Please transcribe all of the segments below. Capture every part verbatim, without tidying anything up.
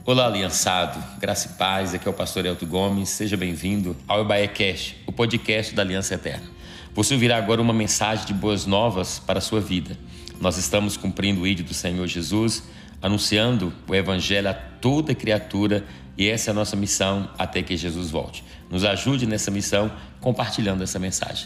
Olá, aliançado, graça e paz, aqui é o pastor Elton Gomes, seja bem-vindo ao EbaeCast, o podcast da Aliança Eterna. Você ouvirá agora uma mensagem de boas novas para a sua vida. Nós estamos cumprindo o ídolo do Senhor Jesus, anunciando o Evangelho a toda criatura, e essa é a nossa missão até que Jesus volte. Nos ajude nessa missão compartilhando essa mensagem.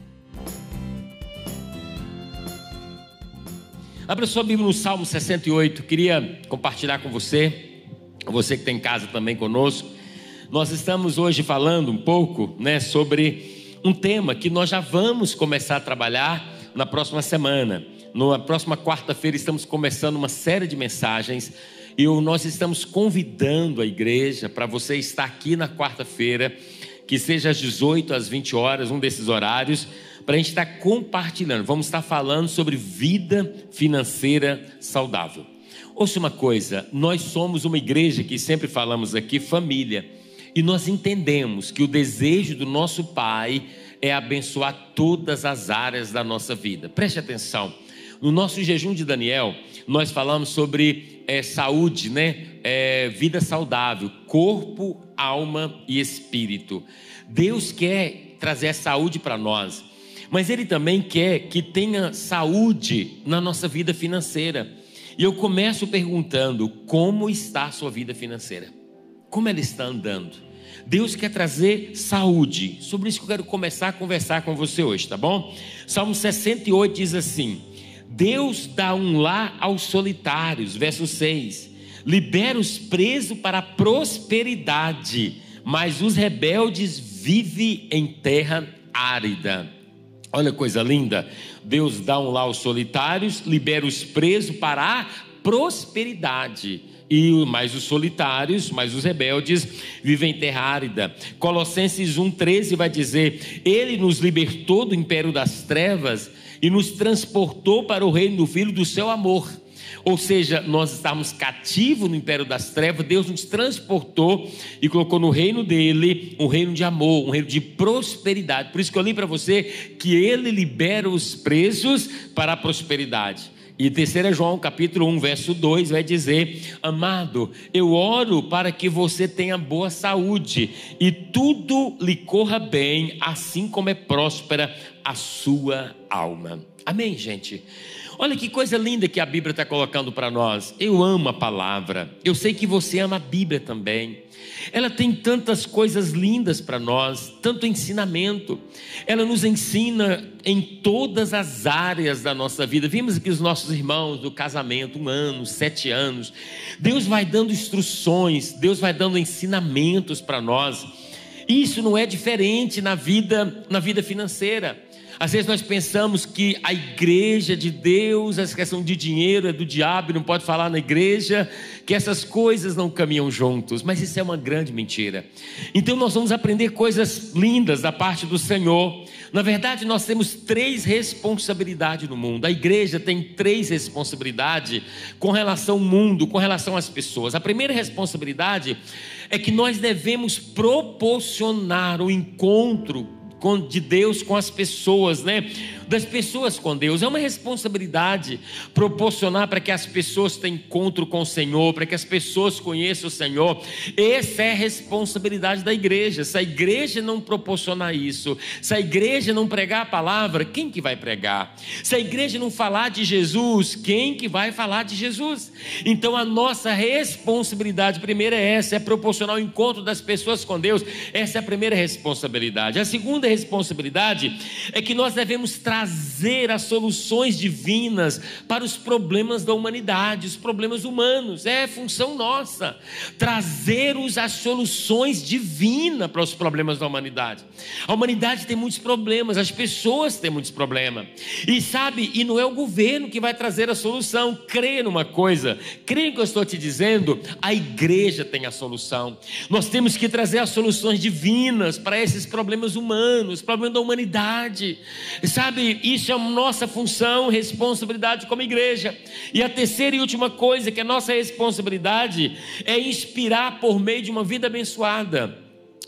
Abra sua Bíblia no Salmo sessenta e oito, queria compartilhar com você. Você que está em casa também conosco, nós estamos hoje falando um pouco, né, sobre um tema que nós já vamos começar a trabalhar na próxima semana. Na próxima quarta-feira estamos começando uma série de mensagens e nós estamos convidando a igreja para você estar aqui na quarta-feira, que seja às dezoito, às vinte horas, um desses horários, para a gente estar compartilhando. Vamos estar falando sobre vida financeira saudável. Ouça uma coisa, nós somos uma igreja que sempre falamos aqui, família, e nós entendemos que o desejo do nosso Pai é abençoar todas as áreas da nossa vida. Preste atenção, no nosso jejum de Daniel, nós falamos sobre é, saúde, né? É, vida saudável, corpo, alma e espírito. Deus quer trazer a saúde para nós, mas Ele também quer que tenha saúde na nossa vida financeira. E eu começo perguntando, como está a sua vida financeira? Como ela está andando? Deus quer trazer saúde. Sobre isso que eu quero começar a conversar com você hoje, tá bom? Salmo sessenta e oito diz assim: Deus dá um lar aos solitários, verso seis. Libera os presos para a prosperidade, mas os rebeldes vivem em terra árida. Olha que coisa linda, Deus dá um lar aos solitários, libera os presos para a prosperidade, e mais os solitários, mais os rebeldes vivem em terra árida. Colossenses um, treze vai dizer: Ele nos libertou do império das trevas e nos transportou para o reino do Filho do seu amor. Ou seja, nós estávamos cativos no império das trevas, Deus nos transportou e colocou no reino dele um reino de amor, um reino de prosperidade. Por isso que eu li para você que ele libera os presos para a prosperidade. E terceiro João capítulo um, verso dois vai dizer: amado, eu oro para que você tenha boa saúde e tudo lhe corra bem, assim como é próspera a sua alma. Amém, gente? Olha que coisa linda que a Bíblia está colocando para nós. Eu amo a palavra, eu sei que você ama a Bíblia também. Ela tem tantas coisas lindas para nós, tanto ensinamento. Ela nos ensina em todas as áreas da nossa vida. Vimos aqui os nossos irmãos do casamento, um ano, sete anos. Deus vai dando instruções, Deus vai dando ensinamentos para nós. Isso não é diferente na vida, na vida financeira. Às vezes nós pensamos que a igreja de Deus, essa questão de dinheiro é do diabo, não pode falar na igreja, que essas coisas não caminham juntos, mas isso é uma grande mentira. Então nós vamos aprender coisas lindas da parte do Senhor. Na verdade, nós temos três responsabilidades no mundo. A igreja tem três responsabilidades com relação ao mundo, com relação às pessoas. A primeira responsabilidade é que nós devemos proporcionar o encontro de Deus com as pessoas, né? Das pessoas com Deus. É uma responsabilidade proporcionar para que as pessoas tenham encontro com o Senhor, para que as pessoas conheçam o Senhor. Essa é a responsabilidade da igreja. Se a igreja não proporcionar isso, se a igreja não pregar a palavra, quem que vai pregar? Se a igreja não falar de Jesus, quem que vai falar de Jesus? Então a nossa responsabilidade primeira é essa, é proporcionar o encontro das pessoas com Deus. Essa é a primeira responsabilidade. A segunda responsabilidade é que nós devemos trazer trazer as soluções divinas para os problemas da humanidade, os problemas humanos. É função nossa trazer as soluções divinas para os problemas da humanidade. A humanidade tem muitos problemas, as pessoas têm muitos problemas, e sabe, e não é o governo que vai trazer a solução. Creia numa coisa, creia no que eu estou te dizendo, a igreja tem a solução. Nós temos que trazer as soluções divinas para esses problemas humanos, problemas da humanidade, sabe? Isso é a nossa função, responsabilidade como igreja. E a terceira e última coisa que é nossa responsabilidade é inspirar por meio de uma vida abençoada.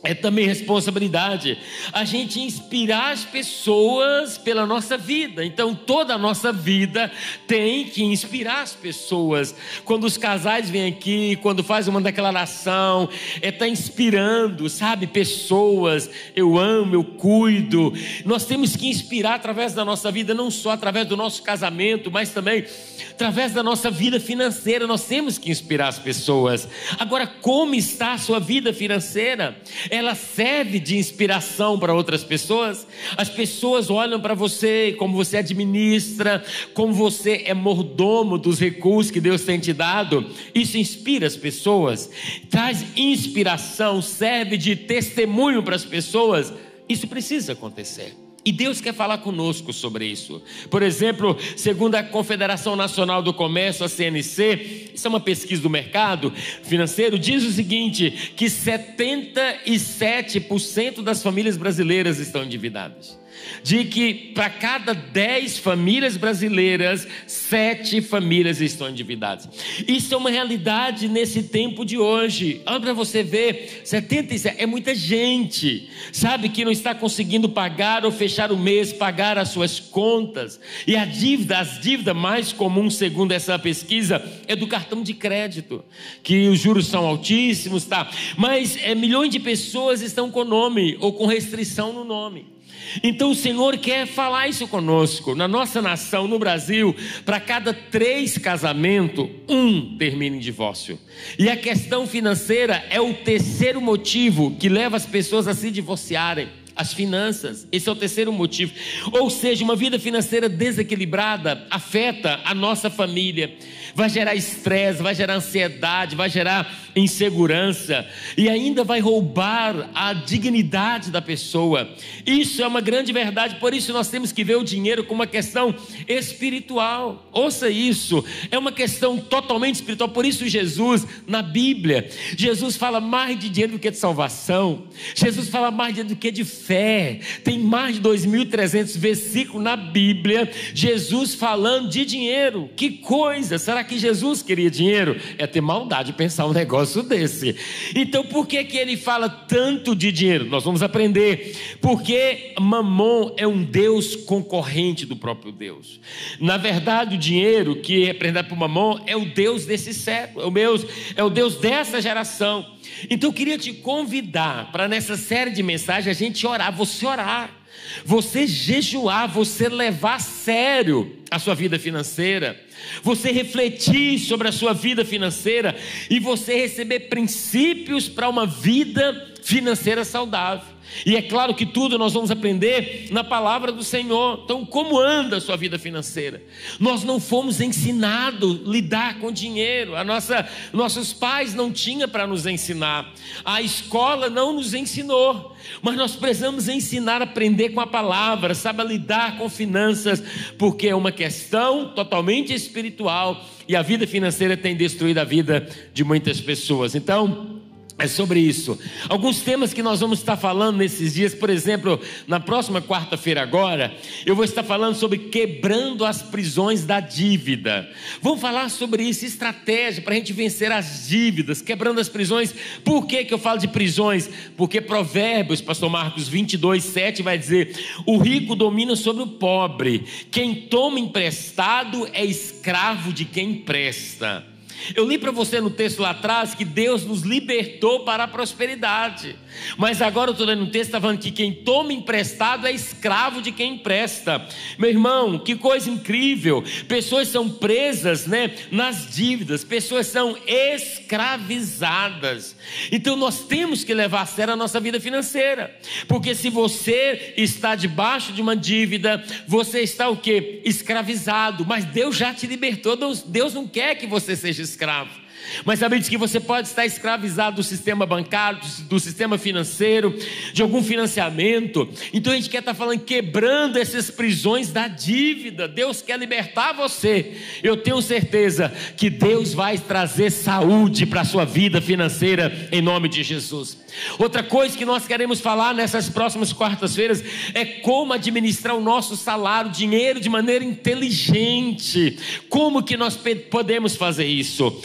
é também responsabilidade a gente inspirar as pessoas pela nossa vida. Então toda a nossa vida tem que inspirar as pessoas. Quando os casais vêm aqui, quando fazem uma declaração, é estar inspirando, sabe, pessoas. Eu amo, eu cuido. Nós temos que inspirar através da nossa vida, não só através do nosso casamento, mas também através da nossa vida financeira. Nós temos que inspirar as pessoas. Agora, como está a sua vida financeira? Ela serve de inspiração para outras pessoas? As pessoas olham para você, como você administra, como você é mordomo dos recursos que Deus tem te dado. Isso inspira as pessoas, traz inspiração, serve de testemunho para as pessoas. Isso precisa acontecer. E Deus quer falar conosco sobre isso. Por exemplo, segundo a Confederação Nacional do Comércio, a C N C, isso é uma pesquisa do mercado financeiro, diz o seguinte, que setenta e sete por cento das famílias brasileiras estão endividadas. De que para cada dez famílias brasileiras, sete famílias estão endividadas. Isso é uma realidade nesse tempo de hoje. Olha para você ver, setenta e sete é muita gente, sabe, que não está conseguindo pagar ou fechar o mês, pagar as suas contas. E a dívida, as dívidas mais comuns, segundo essa pesquisa, é do cartão de crédito, que os juros são altíssimos, tá? Mas é, milhões de pessoas estão com nome ou com restrição no nome. Então o Senhor quer falar isso conosco. Na nossa nação, no Brasil, para cada três casamentos, um termina em divórcio. E a questão financeira é o terceiro motivo que leva as pessoas a se divorciarem. As finanças, esse é o terceiro motivo. Ou seja, uma vida financeira desequilibrada afeta a nossa família, vai gerar estresse, vai gerar ansiedade, vai gerar insegurança e ainda vai roubar a dignidade da pessoa. Isso é uma grande verdade. Por isso nós temos que ver o dinheiro como uma questão espiritual. Ouça isso, é uma questão totalmente espiritual. Por isso Jesus, na Bíblia, Jesus fala mais de dinheiro do que de salvação. Jesus fala mais de dinheiro do que de fé. Tem mais de dois mil e trezentos versículos na Bíblia, Jesus falando de dinheiro. Que coisa! Será que Jesus queria dinheiro? É ter maldade pensar um negócio desse. Então por que que ele fala tanto de dinheiro? Nós vamos aprender. Porque Mamon é um Deus concorrente do próprio Deus. Na verdade, o dinheiro que é representado por Mamon é o Deus desse século, é o Deus, é o Deus dessa geração. Então eu queria te convidar para nessa série de mensagens a gente orar, você orar, você jejuar, você levar a sério a sua vida financeira, você refletir sobre a sua vida financeira e você receber princípios para uma vida financeira saudável. E é claro que tudo nós vamos aprender na palavra do Senhor. Então, como anda a sua vida financeira? Nós não fomos ensinados a lidar com dinheiro. A nossa, nossos pais não tinham para nos ensinar. A escola não nos ensinou. Mas nós precisamos ensinar a aprender com a palavra, sabe, a lidar com finanças, porque é uma questão totalmente espiritual e a vida financeira tem destruído a vida de muitas pessoas. Então, é sobre isso. Alguns temas que nós vamos estar falando nesses dias, por exemplo, na próxima quarta-feira agora, eu vou estar falando sobre quebrando as prisões da dívida. Vamos falar sobre isso, estratégia para a gente vencer as dívidas, quebrando as prisões. Por que que eu falo de prisões? Porque Provérbios, pastor Marcos vinte e dois, sete vai dizer: o rico domina sobre o pobre, quem toma emprestado é escravo de quem empresta. Eu li para você no texto lá atrás que Deus nos libertou para a prosperidade, mas agora eu estou lendo um texto que está falando que quem toma emprestado é escravo de quem empresta. Meu irmão, que coisa incrível. Pessoas são presas, né, nas dívidas, pessoas são escravizadas. Então nós temos que levar a sério a nossa vida financeira, porque se você está debaixo de uma dívida, você está o quê? Escravizado. Mas Deus já te libertou. Deus, Deus não quer que você seja escravo. Mas sabe que você pode estar escravizado do sistema bancário, do sistema financeiro, de algum financiamento. Então a gente quer estar falando, quebrando essas prisões da dívida. Deus quer libertar você. Eu tenho certeza que Deus vai trazer saúde para a sua vida financeira, em nome de Jesus. Outra coisa que nós queremos falar nessas próximas quartas-feiras é como administrar o nosso salário, dinheiro, de maneira inteligente. Como que nós podemos fazer isso? Como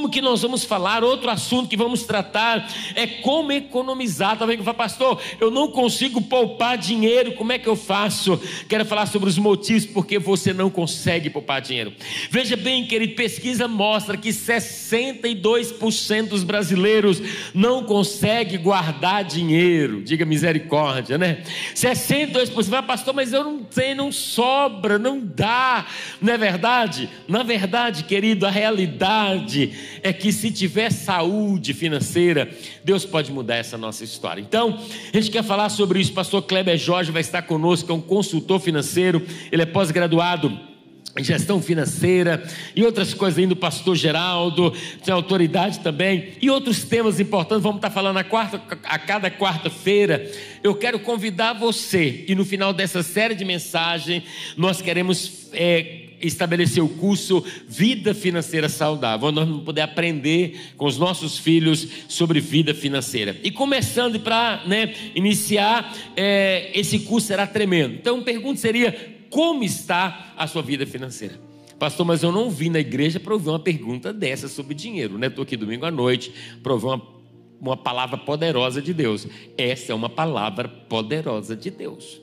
como que nós vamos falar, outro assunto que vamos tratar é como economizar. Talvez eu fale, pastor, eu não consigo poupar dinheiro, como é que eu faço? Quero falar sobre os motivos porque você não consegue poupar dinheiro. Veja bem, querido, pesquisa mostra que sessenta e dois por cento dos brasileiros não conseguem guardar dinheiro. Diga misericórdia, né? sessenta e dois por cento, pastor, mas eu não tenho, não sobra, não dá. Não é verdade? Na verdade, querido, a realidade é que se tiver saúde financeira, Deus pode mudar essa nossa história. Então, a gente quer falar sobre isso. Pastor Kleber Jorge vai estar conosco, é um consultor financeiro, ele é pós-graduado em gestão financeira e outras coisas ainda, o pastor Geraldo, tem autoridade também, e outros temas importantes, vamos estar falando a, quarta, a cada quarta-feira. Eu quero convidar você, e no final dessa série de mensagens, nós queremos é, estabelecer o curso Vida Financeira Saudável, onde nós vamos poder aprender com os nossos filhos sobre vida financeira. E começando para né, iniciar, é, esse curso será tremendo. Então, a pergunta seria: como está a sua vida financeira? Pastor, mas eu não vim na igreja para ouvir uma pergunta dessa sobre dinheiro, né? Estou aqui domingo à noite para ouvir uma, uma palavra poderosa de Deus. Essa é uma palavra poderosa de Deus.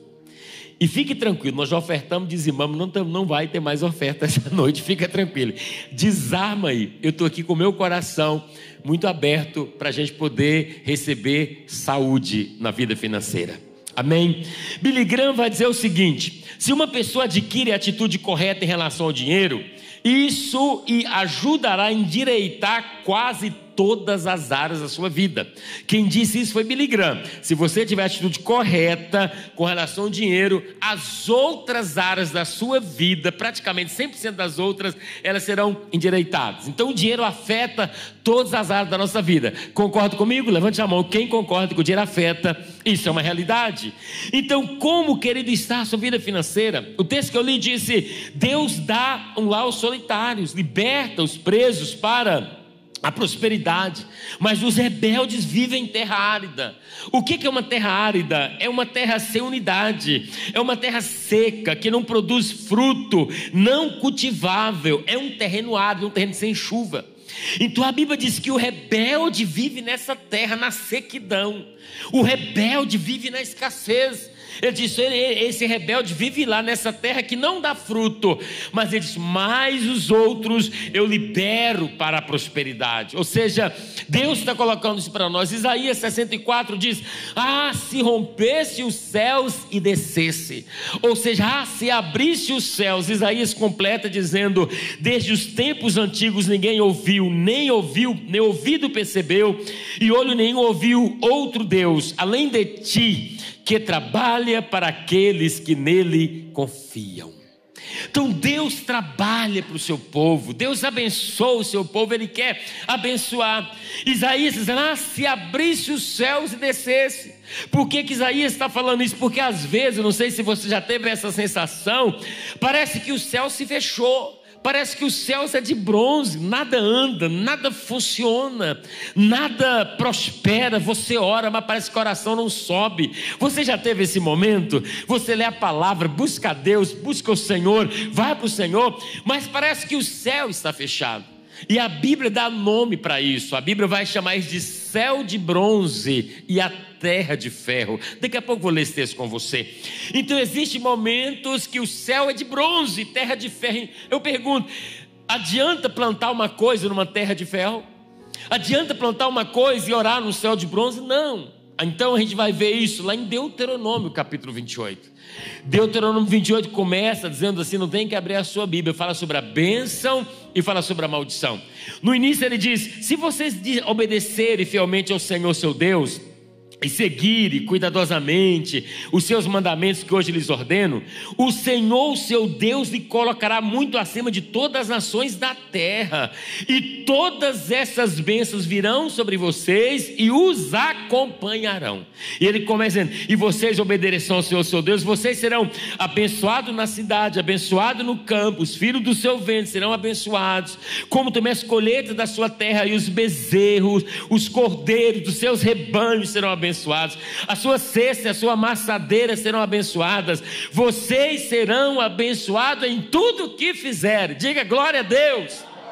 E fique tranquilo, nós já ofertamos, dizimamos, não, não vai ter mais oferta essa noite, fica tranquilo. Desarma aí, eu estou aqui com o meu coração muito aberto para a gente poder receber saúde na vida financeira. Amém? Billy Graham vai dizer o seguinte: se uma pessoa adquire a atitude correta em relação ao dinheiro, isso e ajudará a endireitar quase todas as áreas da sua vida. Quem disse isso foi Billy Graham. Se você tiver a atitude correta com relação ao dinheiro, as outras áreas da sua vida, praticamente cem por cento das outras, elas serão endireitadas. Então o dinheiro afeta todas as áreas da nossa vida. Concorda comigo? Levante a mão. Quem concorda que o dinheiro afeta? Isso é uma realidade. Então, como, querido, está a sua vida financeira? O texto que eu li disse: Deus dá um lar aos solitários, liberta os presos para a prosperidade, mas os rebeldes vivem em terra árida. O que é uma terra árida? É uma terra sem unidade, é uma terra seca, que não produz fruto, não cultivável, é um terreno árido, um terreno sem chuva. Então a Bíblia diz que o rebelde vive nessa terra, na sequidão, o rebelde vive na escassez. Ele disse: esse rebelde vive lá nessa terra que não dá fruto, mas ele disse: mas os outros eu libero para a prosperidade. Ou seja, Deus está colocando isso para nós. Isaías sessenta e quatro diz: ah, se rompesse os céus e descesse. Ou seja, ah, se abrisse os céus. Isaías completa dizendo: desde os tempos antigos ninguém ouviu, nem ouviu, nem ouvido percebeu, e olho nenhum ouviu outro Deus além de ti, que trabalha para aqueles que nele confiam. Então Deus trabalha para o seu povo, Deus abençoa o seu povo, Ele quer abençoar. Isaías diz: ah, se abrisse os céus e descesse. Por que que Isaías está falando isso? Porque às vezes, eu não sei se você já teve essa sensação, parece que o céu se fechou. Parece que os céus é de bronze, nada anda, nada funciona, nada prospera. Você ora, mas parece que o coração não sobe. Você já teve esse momento? Você lê a palavra, busca a Deus, busca o Senhor, vai para o Senhor, mas parece que o céu está fechado. E a Bíblia dá nome para isso. A Bíblia vai chamar isso de céu de bronze e a terra de ferro. Daqui a pouco vou ler esse texto com você. Então existem momentos que o céu é de bronze, terra de ferro. Eu pergunto: adianta plantar uma coisa numa terra de ferro? Adianta plantar uma coisa e orar no céu de bronze? Não. Então a gente vai ver isso lá em Deuteronômio capítulo vinte e oito. Deuteronômio vinte e oito começa dizendo assim, não tem que abrir a sua Bíblia, fala sobre a bênção e fala sobre a maldição. No início ele diz: se vocês obedecerem fielmente ao Senhor seu Deus e seguirem cuidadosamente os seus mandamentos que hoje lhes ordeno, o Senhor, o seu Deus, lhe colocará muito acima de todas as nações da terra, e todas essas bênçãos virão sobre vocês e os acompanharão. E ele começa dizendo: e vocês obedecerão ao Senhor, seu Deus, vocês serão abençoados na cidade, abençoados no campo, os filhos do seu ventre serão abençoados, como também as colheitas da sua terra, e os bezerros, os cordeiros dos seus rebanhos serão abençoados. abençoados, a sua cesta e a sua amassadeira serão abençoadas, vocês serão abençoados em tudo que fizerem. Diga glória a Deus.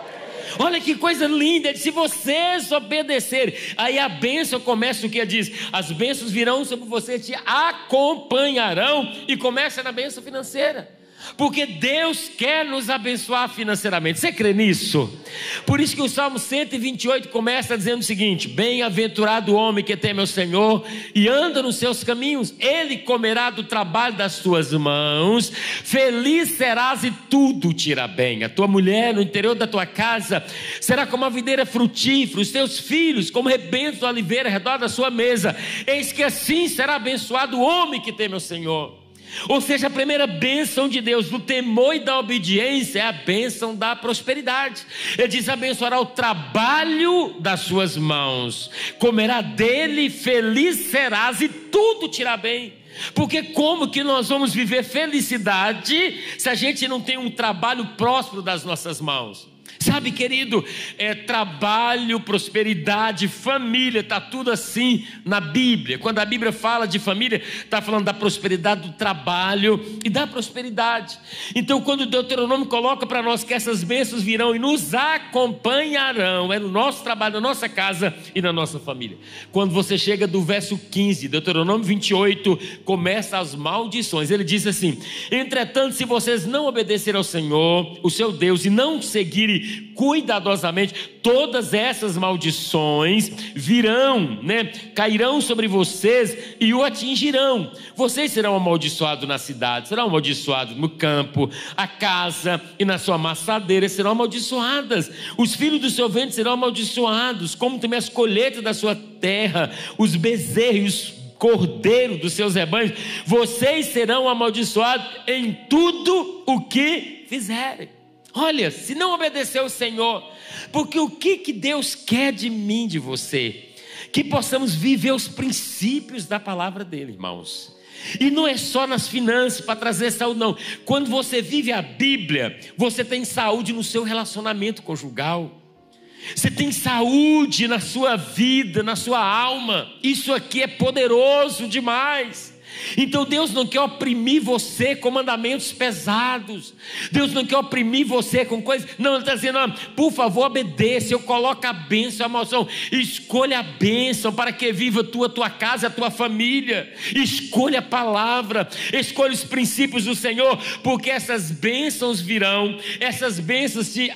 Olha que coisa linda, se vocês obedecerem, aí a bênção começa o que diz, as bênçãos virão sobre você, te acompanharão, e começa na bênção financeira, porque Deus quer nos abençoar financeiramente. Você crê nisso? Por isso que o Salmo cento e vinte e oito começa dizendo o seguinte: bem-aventurado o homem que teme ao Senhor e anda nos seus caminhos, ele comerá do trabalho das tuas mãos, feliz serás e tudo te irá bem. A tua mulher no interior da tua casa será como a videira frutífera, os teus filhos como rebentos do oliveira ao redor da sua mesa. Eis que assim será abençoado o homem que teme ao Senhor. Ou seja, a primeira bênção de Deus, do temor e da obediência, é a bênção da prosperidade. Ele diz: abençoará o trabalho das suas mãos, comerá dele, feliz serás e tudo te irá bem. Porque como que nós vamos viver felicidade se a gente não tem um trabalho próspero das nossas mãos? Sabe, querido, é, trabalho, prosperidade, família, está tudo assim na Bíblia. Quando a Bíblia fala de família, está falando da prosperidade do trabalho e da prosperidade. Então, quando o Deuteronômio coloca para nós que essas bênçãos virão e nos acompanharão, é no nosso trabalho, na nossa casa e na nossa família. Quando você chega do verso quinze, Deuteronômio vinte e oito, começa as maldições. Ele diz assim: entretanto, se vocês não obedecerem ao Senhor, o seu Deus, e não seguirem cuidadosamente, todas essas maldições virão, né? Cairão sobre vocês e o atingirão. Vocês serão amaldiçoados na cidade, serão amaldiçoados no campo, a casa e na sua amassadeira serão amaldiçoadas. Os filhos do seu ventre serão amaldiçoados, como também as colheitas da sua terra, os bezerros, cordeiro dos seus rebanhos. Vocês serão amaldiçoados em tudo o que fizerem. Olha, se não obedecer ao Senhor, porque o que, que Deus quer de mim, de você? Que possamos viver os princípios da palavra dele, irmãos. E não é só nas finanças para trazer saúde, não. Quando você vive a Bíblia, você tem saúde no seu relacionamento conjugal, você tem saúde na sua vida, na sua alma. Isso aqui é poderoso demais. Então Deus não quer oprimir você com mandamentos pesados. Deus não quer oprimir você com coisas. Não, Ele está dizendo: ah, por favor, obedeça. Eu coloco a bênção, a maldição. Escolha a bênção para que viva a tua, tua casa, a tua família. Escolha a palavra, escolha os princípios do Senhor, porque essas bênçãos virão, essas bênçãos te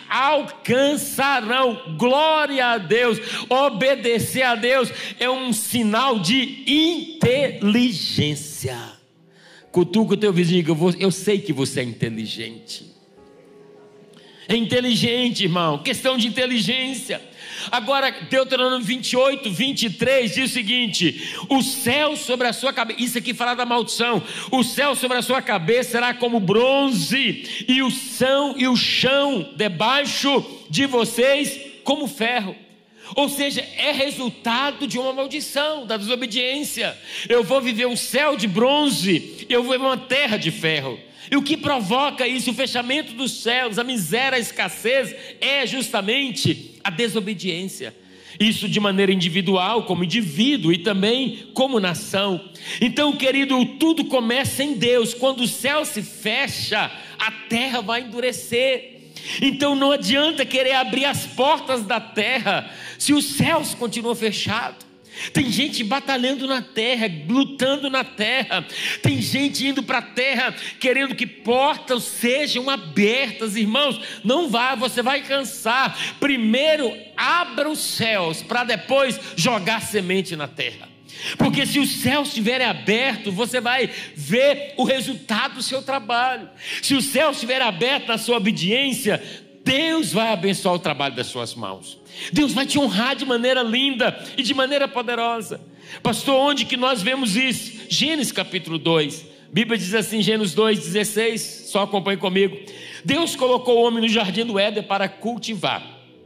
alcançarão. Glória a Deus. Obedecer a Deus é um sinal de inteligência. Cutuca o teu vizinho e diga: eu sei que você é inteligente. É inteligente, irmão, questão de inteligência. Agora, Deuteronômio vinte e oito, vinte e três diz o seguinte: o céu sobre a sua cabeça, isso aqui fala da maldição, o céu sobre a sua cabeça será como bronze, e o chão, e o chão debaixo de vocês como ferro. Ou seja, é resultado de uma maldição, da desobediência. Eu vou viver um céu de bronze, eu vou viver uma terra de ferro. E o que provoca isso? O fechamento dos céus, a miséria, a escassez, é justamente a desobediência. Isso de maneira individual, como indivíduo, e também como nação. Então, querido, tudo começa em Deus. Quando o céu se fecha, a terra vai endurecer. Então não adianta querer abrir as portas da terra se os céus continuam fechados. Tem gente batalhando na terra, lutando na terra. Tem gente indo para a terra querendo que portas sejam abertas. Irmãos, não vai, você vai cansar. Primeiro abra os céus para depois jogar semente na terra. Porque se os céus estiverem abertos, você vai ver o resultado do seu trabalho. Se os céus estiverem abertos na sua obediência, Deus vai abençoar o trabalho das suas mãos. Deus vai te honrar de maneira linda e de maneira poderosa. Pastor, onde que nós vemos isso? Gênesis capítulo dois. A Bíblia diz assim, Gênesis dois, dezesseis, só acompanhe comigo. Deus colocou o homem no jardim do Éden para cultivar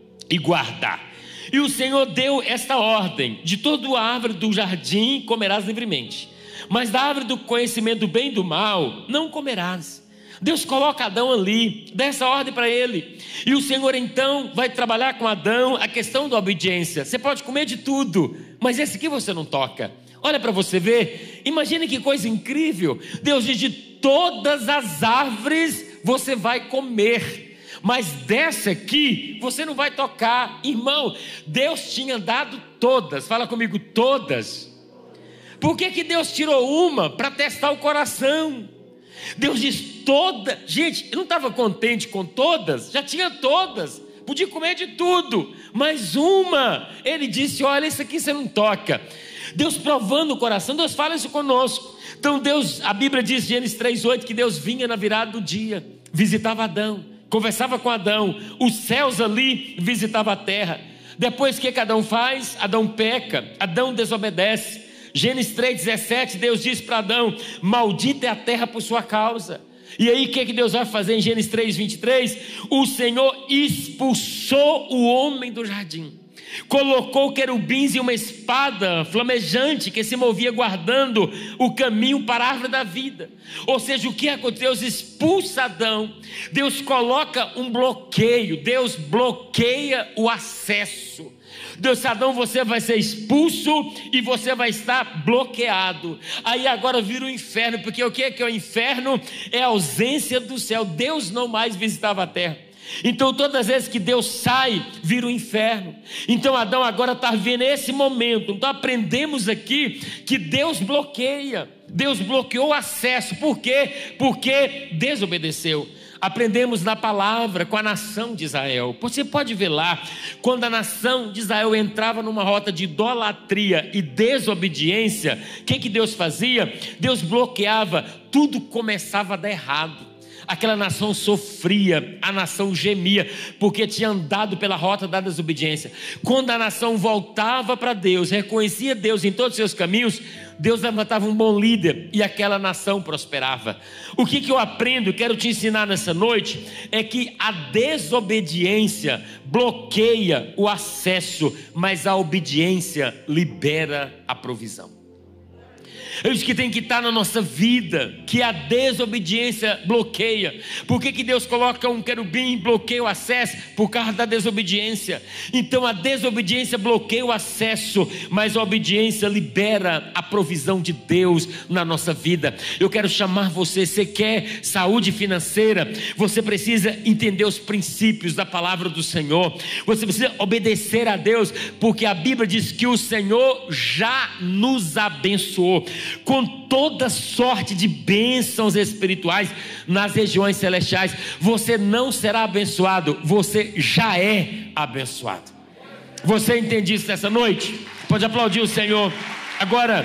e guardar. E o Senhor deu esta ordem: de toda a árvore do jardim comerás livremente, mas da árvore do conhecimento do bem e do mal não comerás. Deus coloca Adão ali, dá essa ordem para ele. E o Senhor então vai trabalhar com Adão a questão da obediência. Você pode comer de tudo, mas esse aqui você não toca. Olha para você ver, imagine que coisa incrível. Deus diz: de todas as árvores você vai comer, mas dessa aqui você não vai tocar. Irmão, Deus tinha dado todas. Fala comigo, todas. Por que que Deus tirou uma? Para testar o coração. Deus diz toda. Gente, eu não estava contente com todas, já tinha todas, podia comer de tudo, mas uma, ele disse, olha, isso aqui você não toca. Deus provando o coração, Deus fala isso conosco. Então Deus, a Bíblia diz, Gênesis três, oito, que Deus vinha na virada do dia, visitava Adão, conversava com Adão, os céus ali visitava a terra. Depois o que Adão faz? Adão peca, Adão desobedece. Gênesis três, dezessete, Deus diz para Adão, maldita é a terra por sua causa. E aí o que, que Deus vai fazer em Gênesis três, vinte e três? O Senhor expulsou o homem do jardim, colocou querubins e uma espada flamejante que se movia guardando o caminho para a árvore da vida. Ou seja, o que aconteceu? Deus expulsa Adão, Deus coloca um bloqueio, Deus bloqueia o acesso. Deus, Adão, você vai ser expulso e você vai estar bloqueado. Aí agora vira o inferno, porque o que é que é o inferno? É a ausência do céu. Deus não mais visitava a terra. Então todas as vezes que Deus sai, vira o inferno. Então Adão agora está vivendo esse momento. Então aprendemos aqui que Deus bloqueia, Deus bloqueou o acesso. Por quê? Porque desobedeceu. Aprendemos na palavra com a nação de Israel. Você pode ver lá, quando a nação de Israel entrava numa rota de idolatria e desobediência, o que, que Deus fazia? Deus bloqueava, tudo começava a dar errado. Aquela nação sofria, a nação gemia, porque tinha andado pela rota da desobediência. Quando a nação voltava para Deus, reconhecia Deus em todos os seus caminhos, Deus levantava um bom líder e aquela nação prosperava. O que, que eu aprendo, quero te ensinar nessa noite, é que a desobediência bloqueia o acesso, mas a obediência libera a provisão. É isso que tem que estar na nossa vida, que a desobediência bloqueia. Por que que Deus coloca um querubim e bloqueia o acesso? Por causa da desobediência. Então a desobediência bloqueia o acesso, mas a obediência libera a provisão de Deus na nossa vida. Eu quero chamar você, você quer saúde financeira, você precisa entender os princípios da palavra do Senhor, você precisa obedecer a Deus, porque a Bíblia diz que o Senhor já nos abençoou com toda sorte de bênçãos espirituais nas regiões celestiais. Você não será abençoado, você já é abençoado. Você entende isso nessa noite? Pode aplaudir o Senhor. Agora,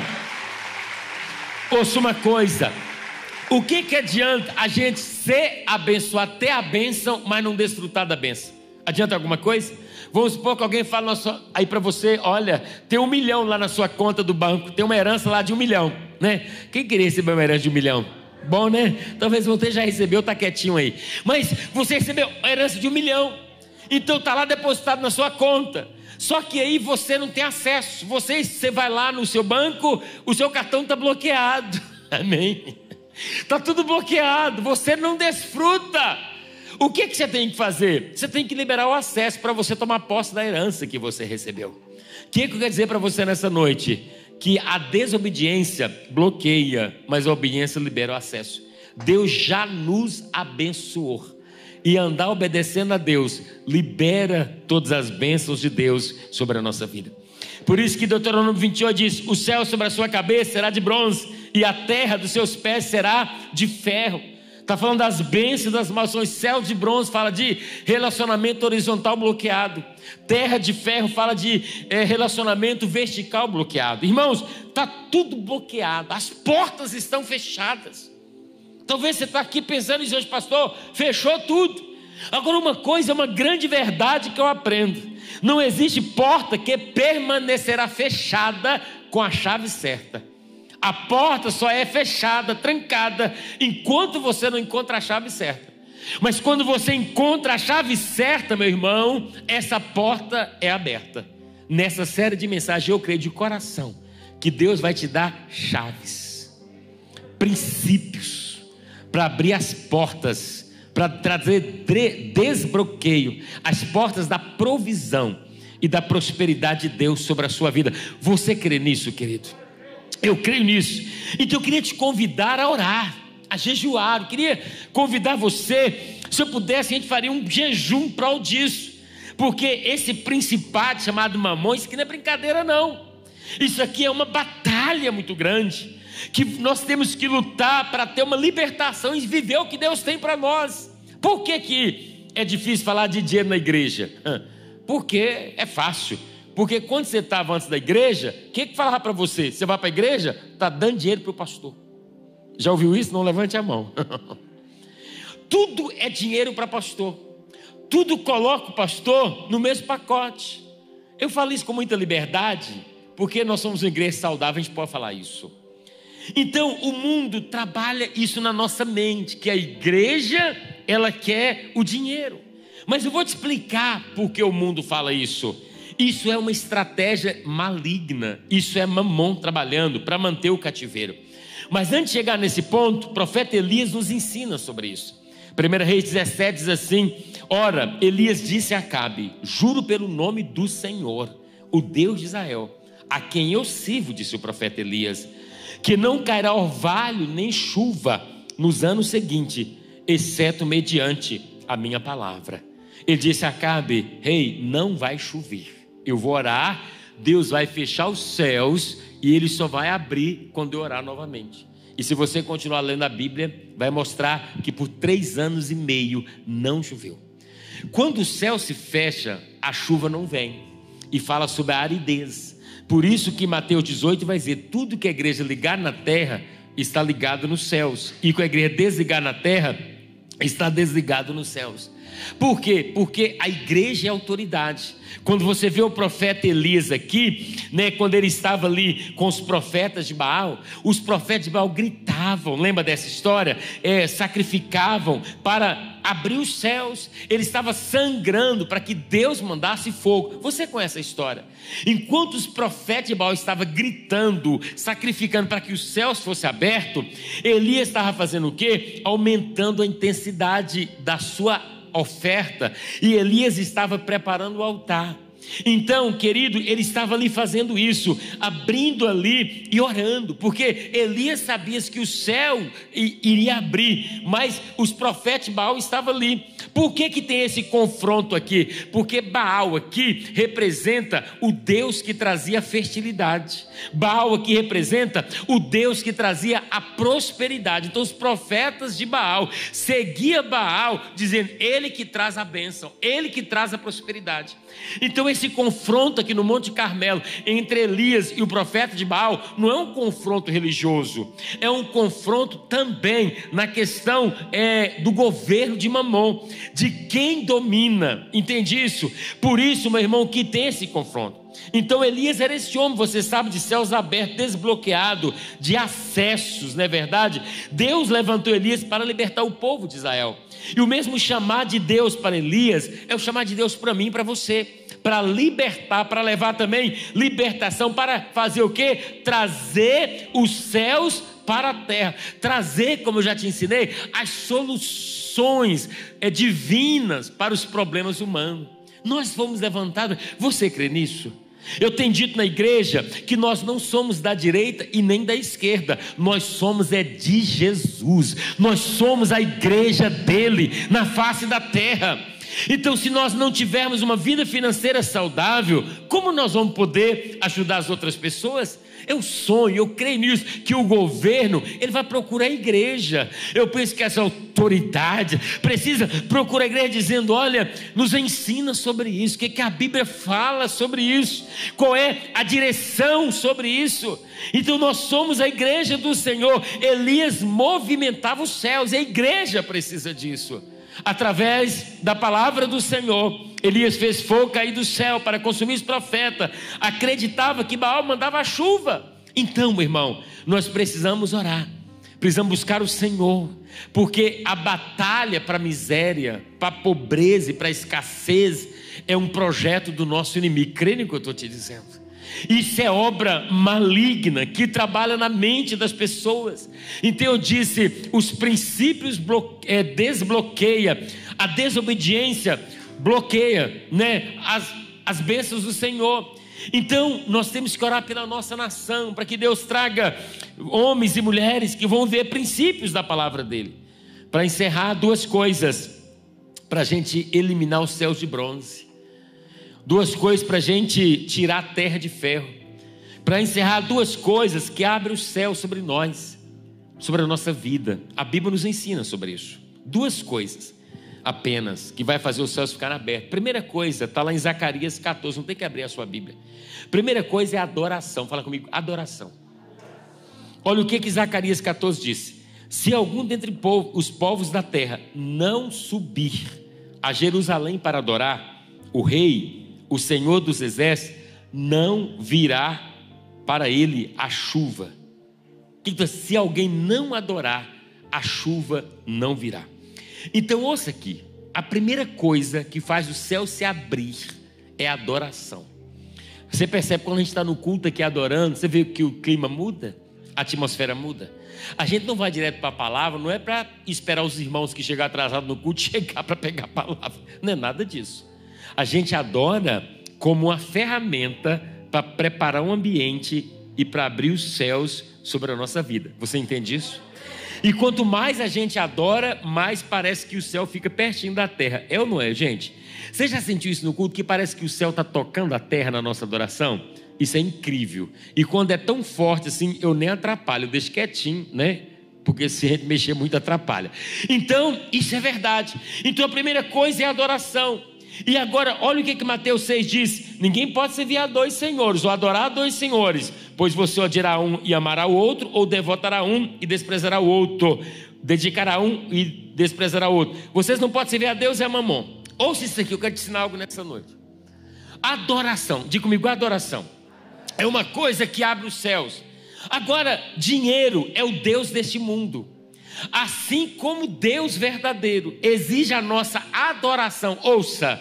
ouça uma coisa: o que que adianta a gente ser abençoado, ter a bênção, mas não desfrutar da bênção? Adianta alguma coisa? Vamos supor que alguém fala aí para você, olha, tem um milhão lá na sua conta do banco, tem uma herança lá de um milhão, né? Quem queria receber uma herança de um milhão? Bom, né? Talvez você já recebeu, está quietinho aí. Mas você recebeu a herança de um milhão, então está lá depositado na sua conta. Só que aí você não tem acesso. Você, você vai lá no seu banco, o seu cartão está bloqueado. Amém? Está tudo bloqueado, você não desfruta. O que, que você tem que fazer? Você tem que liberar o acesso para você tomar posse da herança que você recebeu. O que, que eu quero dizer para você nessa noite? Que a desobediência bloqueia, mas a obediência libera o acesso. Deus já nos abençoou. E andar obedecendo a Deus libera todas as bênçãos de Deus sobre a nossa vida. Por isso que Deuteronômio vinte e oito diz: o céu sobre a sua cabeça será de bronze e a terra dos seus pés será de ferro. Está falando das bênçãos, das maldições. Céu de bronze fala de relacionamento horizontal bloqueado. Terra de ferro fala de é, relacionamento vertical bloqueado. Irmãos, está tudo bloqueado. As portas estão fechadas. Talvez você está aqui pensando isso hoje, pastor, fechou tudo. Agora uma coisa, uma grande verdade que eu aprendo: não existe porta que permanecerá fechada com a chave certa. A porta só é fechada, trancada, enquanto você não encontra a chave certa. Mas quando você encontra a chave certa, meu irmão, essa porta é aberta. Nessa série de mensagens eu creio de coração que Deus vai te dar chaves, princípios, para abrir as portas, para trazer desbloqueio, as portas da provisão e da prosperidade de Deus sobre a sua vida. Você crê nisso, querido? Eu creio nisso. Então eu queria te convidar a orar, a jejuar. Eu queria convidar você, se eu pudesse, a gente faria um jejum em prol disso, porque esse principado chamado Mamon, isso aqui não é brincadeira não, isso aqui é uma batalha muito grande, que nós temos que lutar para ter uma libertação e viver o que Deus tem para nós. Por que que é difícil falar de dinheiro na igreja? Porque é fácil. Porque quando você estava antes da igreja, o que que falava para você? Você vai para a igreja, está dando dinheiro para o pastor. Já ouviu isso? Não levante a mão. Tudo é dinheiro para pastor. Tudo coloca o pastor no mesmo pacote. Eu falo isso com muita liberdade, porque nós somos uma igreja saudável, a gente pode falar isso. Então o mundo trabalha isso na nossa mente, que a igreja, ela quer o dinheiro. Mas eu vou te explicar por que o mundo fala isso. Isso é uma estratégia maligna, isso é Mamon trabalhando para manter o cativeiro. Mas antes de chegar nesse ponto, o profeta Elias nos ensina sobre isso. primeira Reis dezessete diz assim: ora, Elias disse a Acabe: juro pelo nome do Senhor, o Deus de Israel, a quem eu sirvo, disse o profeta Elias, que não cairá orvalho nem chuva nos anos seguintes, exceto mediante a minha palavra. Ele disse a Acabe: rei, não vai chover. Eu vou orar, Deus vai fechar os céus e Ele só vai abrir quando eu orar novamente. E se você continuar lendo a Bíblia, vai mostrar que por três anos e meio não choveu. Quando o céu se fecha, a chuva não vem. E fala sobre a aridez. Por isso que Mateus dezoito vai dizer: tudo que a igreja ligar na terra está ligado nos céus, e que a igreja desligar na terra está desligado nos céus. Por quê? Porque a igreja é autoridade. Quando você vê o profeta Elias aqui, né, quando ele estava ali com os profetas de Baal, os profetas de Baal gritavam, lembra dessa história? É, sacrificavam para abrir os céus. Ele estava sangrando para que Deus mandasse fogo. Você conhece a história? Enquanto os profetas de Baal estavam gritando, sacrificando para que os céus fossem abertos, Elias estava fazendo o quê? Aumentando a intensidade da sua oferta, e Elias estava preparando o altar. Então, querido, ele estava ali fazendo isso, abrindo ali e orando, porque Elias sabia que o céu iria abrir, mas os profetas de Baal estavam ali. Por que que tem esse confronto aqui? Porque Baal aqui representa o Deus que trazia fertilidade. Baal aqui representa o Deus que trazia a prosperidade. Então os profetas de Baal seguiam Baal, dizendo: ele que traz a bênção, ele que traz a prosperidade. Então esse confronto aqui no Monte Carmelo entre Elias e o profeta de Baal não é um confronto religioso, é um confronto também na questão é, do governo de Mamon, de quem domina. Entende isso? Por isso, meu irmão, que tem esse confronto. Então Elias era esse homem, você sabe, de céus abertos, desbloqueado, de acessos, não é verdade? Deus levantou Elias para libertar o povo de Israel. E o mesmo chamar de Deus para Elias é o chamar de Deus para mim e para você, para libertar, para levar também libertação, para fazer o quê? Trazer os céus para a terra, trazer, como eu já te ensinei, as soluções é, divinas para os problemas humanos. Nós fomos levantados. Você crê nisso? Eu tenho dito na igreja que nós não somos da direita e nem da esquerda, nós somos é de Jesus, nós somos a igreja dele na face da terra. Então, se nós não tivermos uma vida financeira saudável, como nós vamos poder ajudar as outras pessoas? Eu sonho, eu creio nisso, que o governo, ele vai procurar a igreja. Eu penso que essa autoridade precisa procurar a igreja dizendo: olha, nos ensina sobre isso, o que, que a Bíblia fala sobre isso, qual é a direção sobre isso. Então nós somos a igreja do Senhor. Elias movimentava os céus, e a igreja precisa disso. Através da palavra do Senhor, Elias fez fogo cair do céu para consumir os profetas. Acreditava que Baal mandava a chuva. Então, meu irmão, nós precisamos orar, precisamos buscar o Senhor, porque a batalha para a miséria, para a pobreza e para a escassez é um projeto do nosso inimigo. Crê no que eu estou te dizendo? Isso é obra maligna que trabalha na mente das pessoas. Então eu disse, os princípios bloque... é, desbloqueia, a desobediência bloqueia, né, as, as bênçãos do Senhor. Então nós temos que orar pela nossa nação, para que Deus traga homens e mulheres que vão ver princípios da palavra dele. Para encerrar, duas coisas para a gente eliminar os céus de bronze, duas coisas para a gente tirar a terra de ferro, para encerrar, duas coisas que abrem o céu sobre nós, sobre a nossa vida. A Bíblia nos ensina sobre isso, duas coisas apenas que vai fazer os céus ficarem abertos. Primeira coisa está lá em Zacarias catorze, não tem que abrir a sua Bíblia. Primeira coisa é a adoração. Fala comigo, adoração. Olha o que que Zacarias catorze disse: se algum dentre os povos da terra não subir a Jerusalém para adorar o rei, o Senhor dos exércitos, não virá para ele a chuva. Então, se alguém não adorar, a chuva não virá. Então ouça aqui, a primeira coisa que faz o céu se abrir é a adoração. Você percebe quando a gente está no culto aqui adorando, você vê que o clima muda, a atmosfera muda. A gente não vai direto para a palavra, não é para esperar os irmãos que chegam atrasados no culto chegar para pegar a palavra, não é nada disso. A gente adora como uma ferramenta para preparar um ambiente e para abrir os céus sobre a nossa vida. Você entende isso? E quanto mais a gente adora, mais parece que o céu fica pertinho da terra. É ou não é, gente? Você já sentiu isso no culto, que parece que o céu está tocando a terra na nossa adoração? Isso é incrível. E quando é tão forte assim, eu nem atrapalho, eu deixo quietinho, né? Porque se a gente mexer muito, atrapalha. Então, isso é verdade. Então a primeira coisa é a adoração. E agora, olha o que que Mateus seis diz: ninguém pode servir a dois senhores, ou adorar a dois senhores, pois você odiará um e amará o outro, ou devotará um e desprezará o outro, dedicará um e desprezará o outro. Vocês não podem servir a Deus e a Mamon. Ouça isso aqui, eu quero te ensinar algo nessa noite. Adoração, diga comigo, adoração é uma coisa que abre os céus. Agora, dinheiro é o Deus deste mundo. Assim como Deus verdadeiro exige a nossa adoração, ouça,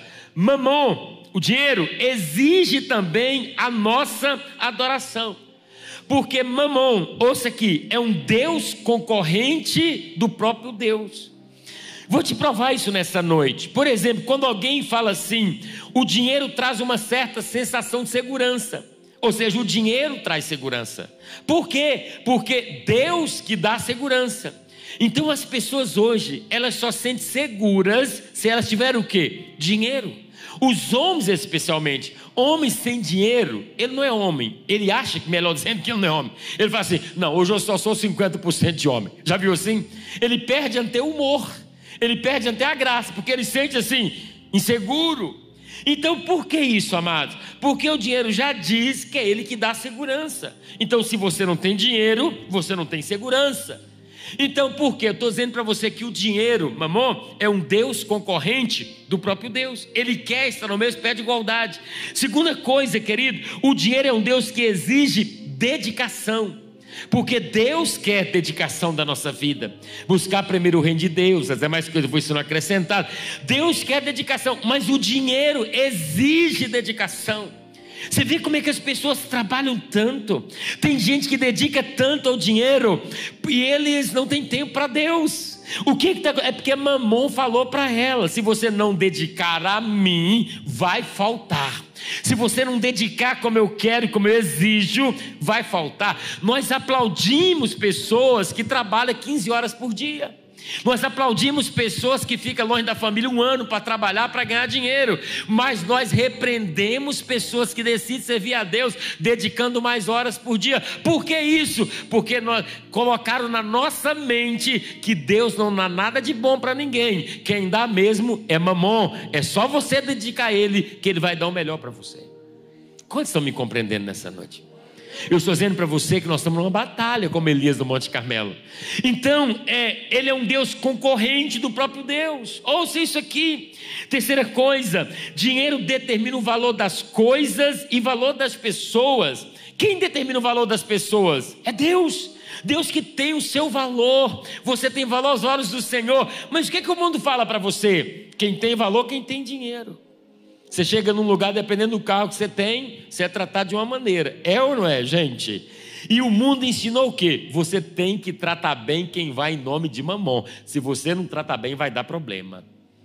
Mamon, o dinheiro, exige também a nossa adoração. Porque Mamon, ouça aqui, é um Deus concorrente do próprio Deus. Vou te provar isso nessa noite. Por exemplo, quando alguém fala assim, o dinheiro traz uma certa sensação de segurança. Ou seja, o dinheiro traz segurança. Por quê? Porque Deus que dá segurança. Então as pessoas hoje, elas só sentem seguras se elas tiverem o quê? Dinheiro. Os homens especialmente, homens sem dinheiro, ele não é homem. Ele acha, que melhor dizendo, que ele não é homem. Ele fala assim, não, hoje eu só sou cinquenta por cento de homem. Já viu assim? Ele perde até o humor, ele perde até a graça, porque ele sente assim, inseguro. Então por que isso, amados? Porque o dinheiro já diz que é ele que dá segurança. Então se você não tem dinheiro, você não tem segurança. Então por quê? Eu estou dizendo para você que o dinheiro, Mamon, é um Deus concorrente do próprio Deus. Ele quer estar no mesmo pé de igualdade. Segunda coisa, querido, o dinheiro é um Deus que exige dedicação. Porque Deus quer dedicação da nossa vida. Buscar primeiro o reino de Deus, as demais coisas vão sendo acrescentadas. Deus quer dedicação, mas o dinheiro exige dedicação. Você vê como é que as pessoas trabalham tanto. Tem gente que dedica tanto ao dinheiro e eles não têm tempo para Deus. O que que tá... É porque Mamon falou para ela, se você não dedicar a mim, vai faltar. Se você não dedicar como eu quero e como eu exijo, vai faltar. Nós aplaudimos pessoas que trabalham quinze horas por dia. Nós aplaudimos pessoas que ficam longe da família um ano para trabalhar, para ganhar dinheiro. Mas nós repreendemos pessoas que decidem servir a Deus dedicando mais horas por dia. Por que isso? Porque nós colocaram na nossa mente que Deus não dá nada de bom para ninguém. Quem dá mesmo é Mamon. É só você dedicar a Ele que Ele vai dar o melhor para você. Quantos estão me compreendendo nessa noite? Eu estou dizendo para você que nós estamos numa batalha como Elias do Monte Carmelo. Então, é, ele é um Deus concorrente do próprio Deus. Ouça isso aqui. Terceira coisa, dinheiro determina o valor das coisas e valor das pessoas. Quem determina o valor das pessoas? É Deus. Deus que tem o seu valor. Você tem valor aos olhos do Senhor. Mas o que, que o mundo fala para você? Quem tem valor, quem tem dinheiro. Você chega num lugar, dependendo do carro que você tem, você é tratado de uma maneira. É ou não é, gente? E o mundo ensinou o quê? Você tem que tratar bem quem vai em nome de Mamon. Se você não tratar bem, vai dar problema.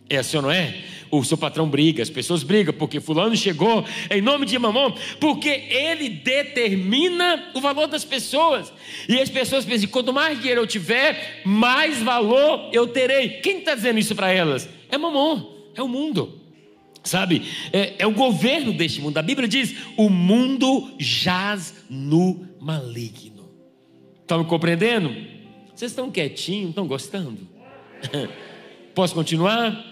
É assim ou não é? O seu patrão briga, as pessoas brigam, porque fulano chegou em nome de mamão, porque ele determina o valor das pessoas. E as pessoas pensam, quanto mais dinheiro eu tiver, mais valor eu terei. Quem está dizendo isso para elas? É mamão, é o mundo. Sabe, é, é o governo deste mundo. A Bíblia diz, o mundo jaz no maligno. Estão me compreendendo? Vocês estão quietinhos, estão gostando? Posso continuar?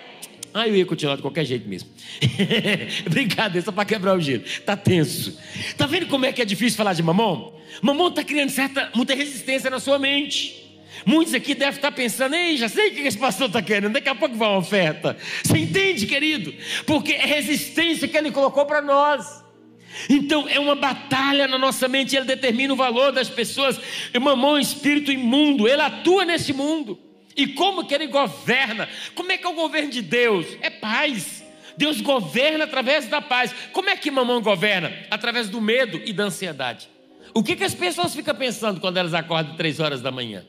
Ah, eu ia continuar de qualquer jeito mesmo. Brincadeira, só para quebrar o gelo. Está tenso. Está vendo como é que é difícil falar de mamão? Mamão está criando certa, muita resistência na sua mente. Muitos aqui devem estar pensando, ei, já sei o que esse pastor está querendo, daqui a pouco vai uma oferta. Você entende, querido? Porque é resistência que ele colocou para nós. Então é uma batalha na nossa mente, ele determina o valor das pessoas. Mamão é um espírito imundo, ele atua nesse mundo. E como que ele governa? Como é que é o governo de Deus? É paz. Deus governa através da paz. Como é que mamão governa? Através do medo e da ansiedade. O que que as pessoas ficam pensando quando elas acordam três horas da manhã?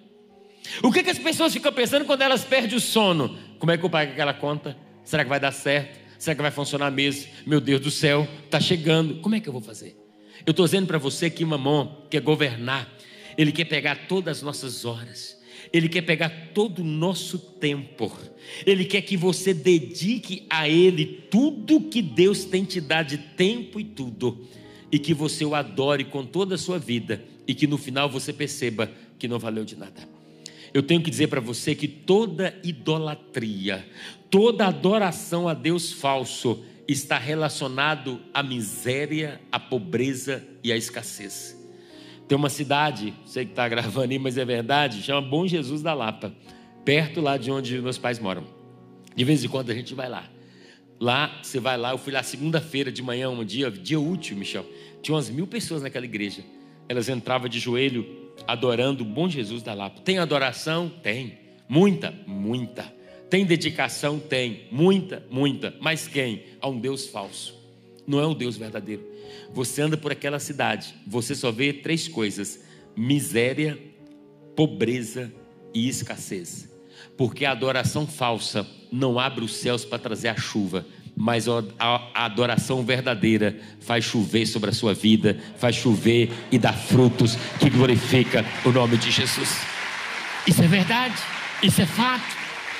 O que que as pessoas ficam pensando quando elas perdem o sono? Como é que eu pago aquela conta? Será que vai dar certo? Será que vai funcionar mesmo? Meu Deus do céu, está chegando. Como é que eu vou fazer? Eu estou dizendo para você que mamão quer governar. Ele quer pegar todas as nossas horas. Ele quer pegar todo o nosso tempo. Ele quer que você dedique a Ele tudo que Deus tem te dado de tempo e tudo. E que você o adore com toda a sua vida. E que no final você perceba que não valeu de nada. Eu tenho que dizer para você que toda idolatria, toda adoração a Deus falso está relacionado à miséria, à pobreza e à escassez. Tem uma cidade, sei que está gravando aí, mas é verdade, chama Bom Jesus da Lapa, perto lá de onde meus pais moram. De vez em quando a gente vai lá. Lá, você vai lá, eu fui lá segunda-feira de manhã, um dia, dia útil, Michel. Tinha umas mil pessoas naquela igreja. Elas entravam de joelho, adorando o Bom Jesus da Lapa. Tem adoração? Tem. Muita, muita. Tem dedicação? Tem. Muita, muita. Mas quem? A um Deus falso. Não é um Deus verdadeiro. Você anda por aquela cidade, você só vê três coisas: miséria, pobreza e escassez. Porque a adoração falsa não abre os céus para trazer a chuva, mas a adoração verdadeira faz chover sobre a sua vida, faz chover e dá frutos que glorifica o nome de Jesus. Isso é verdade, isso é fato.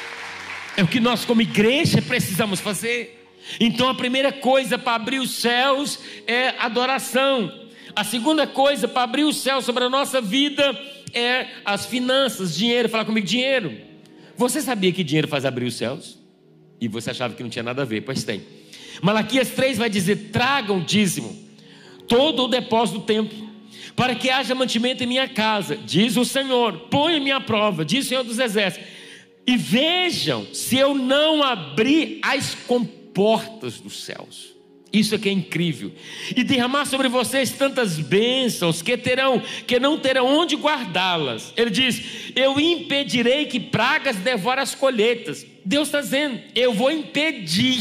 É o que nós como igreja precisamos fazer. Então a primeira coisa para abrir os céus é adoração. A segunda coisa para abrir os céus sobre a nossa vida é as finanças, dinheiro. Fala comigo, dinheiro. Você sabia que dinheiro faz abrir os céus? E você achava que não tinha nada a ver? Pois tem. Malaquias três vai dizer: tragam dízimo, todo o depósito do templo, para que haja mantimento em minha casa, diz o Senhor. Põe-me à prova, diz o Senhor dos Exércitos, e vejam se eu não abrir as comportas dos céus. Isso aqui é incrível. E derramar sobre vocês tantas bênçãos que terão, que não terão onde guardá-las. Ele diz: eu impedirei que pragas devorem as colheitas. Deus está dizendo: eu vou impedir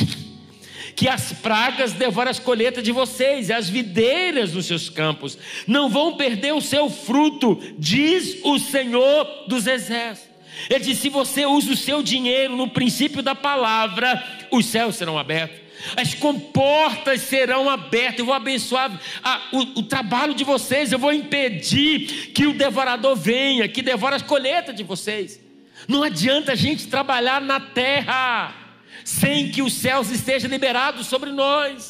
que as pragas devorem as colheitas de vocês, e as videiras dos seus campos não vão perder o seu fruto, diz o Senhor dos Exércitos. Ele diz: se você usa o seu dinheiro no princípio da palavra, os céus serão abertos, as comportas serão abertas. Eu vou abençoar a, o, o trabalho de vocês. Eu vou impedir que o devorador venha, que devore as colheitas de vocês. Não adianta a gente trabalhar na terra sem que os céus estejam liberados sobre nós.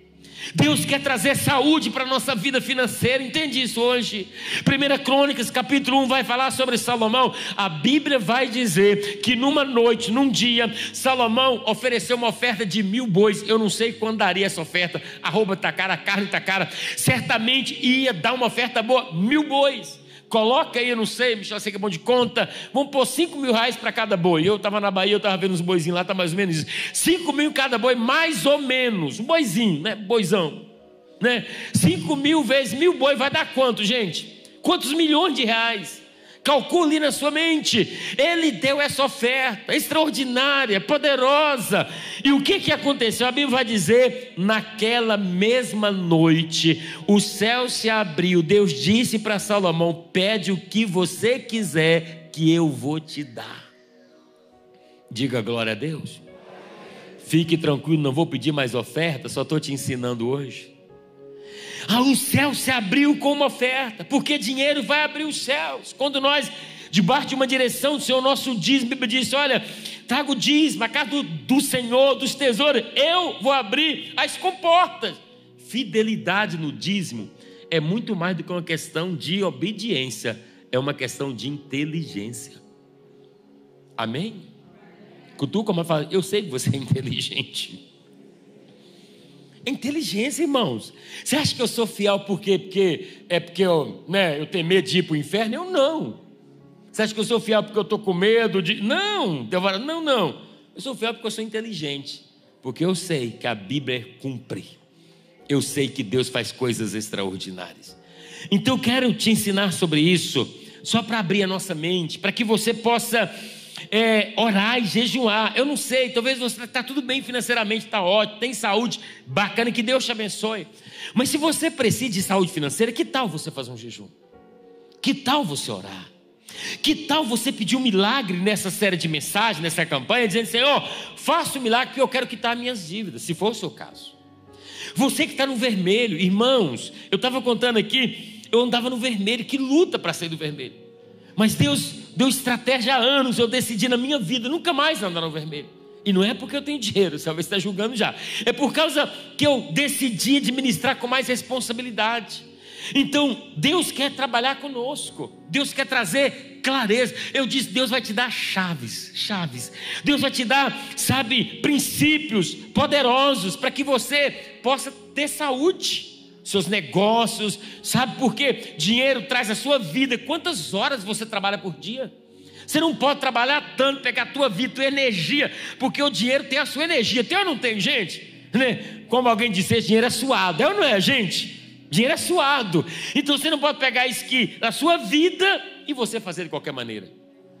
Deus quer trazer saúde para a nossa vida financeira. Entende isso hoje? Primeira Crônicas capítulo um vai falar sobre Salomão. A Bíblia vai dizer que numa noite, num dia, Salomão ofereceu uma oferta de mil bois. Eu não sei quando daria essa oferta. A roupa está cara, a carne está cara. Certamente ia dar uma oferta boa. Mil bois. Coloca aí, eu não sei, Michel, sei que é bom de conta. Vamos pôr cinco mil reais para cada boi. Eu estava na Bahia, eu estava vendo uns boizinhos lá, está mais ou menos isso. Cinco mil cada boi, mais ou menos. Um boizinho, né? Boizão, né? Cinco mil vezes mil boi vai dar quanto, gente? Quantos milhões de reais? Calcule na sua mente. Ele deu essa oferta extraordinária, poderosa. E o que que aconteceu? A Bíblia vai dizer: naquela mesma noite o céu se abriu. Deus disse para Salomão: pede o que você quiser que eu vou te dar. Diga glória a Deus. Fique tranquilo, não vou pedir mais oferta, só estou te ensinando hoje. Ah, o céu se abriu com uma oferta, porque dinheiro vai abrir os céus. Quando nós, debaixo de uma direção do Senhor, nosso dízimo, a Bíblia diz: olha, traga o dízimo, a casa do, do Senhor, dos tesouros, eu vou abrir as comportas. Fidelidade no dízimo é muito mais do que uma questão de obediência, é uma questão de inteligência. Amém? Cutuca, mas fala: eu sei que você é inteligente. Inteligência, irmãos. Você acha que eu sou fiel porque, porque é porque eu, né, eu tenho medo de ir para o inferno? Eu não. Você acha que eu sou fiel porque eu estou com medo de... Não, não, não. Eu sou fiel porque eu sou inteligente. Porque eu sei que a Bíblia cumpre. Eu sei que Deus faz coisas extraordinárias. Então eu quero te ensinar sobre isso, só para abrir a nossa mente, para que você possa... É, orar e jejuar. Eu não sei, talvez você está tudo bem financeiramente, está ótimo, tem saúde, bacana, que Deus te abençoe. Mas se você precisa de saúde financeira, que tal você fazer um jejum? Que tal você orar? Que tal você pedir um milagre nessa série de mensagens, nessa campanha, dizendo: Senhor, faça um milagre porque eu quero quitar minhas dívidas, se for o seu caso. Você que está no vermelho, irmãos, eu estava contando aqui, eu andava no vermelho, que luta para sair do vermelho. Mas Deus deu estratégia há anos, eu decidi na minha vida nunca mais andar no vermelho. E não é porque eu tenho dinheiro, você talvez está julgando já. É por causa que eu decidi administrar com mais responsabilidade. Então, Deus quer trabalhar conosco. Deus quer trazer clareza. Eu disse: Deus vai te dar chaves, chaves. Deus vai te dar, sabe, princípios poderosos para que você possa ter saúde. Seus negócios, sabe por quê? Dinheiro traz a sua vida. Quantas horas você trabalha por dia? Você não pode trabalhar tanto, pegar a tua vida, a tua energia, porque o dinheiro tem a sua energia. Tem ou não tem, gente? Né? Como alguém disse, esse dinheiro é suado. É ou não é, gente? Dinheiro é suado. Então você não pode pegar isso aqui da sua vida e você fazer de qualquer maneira.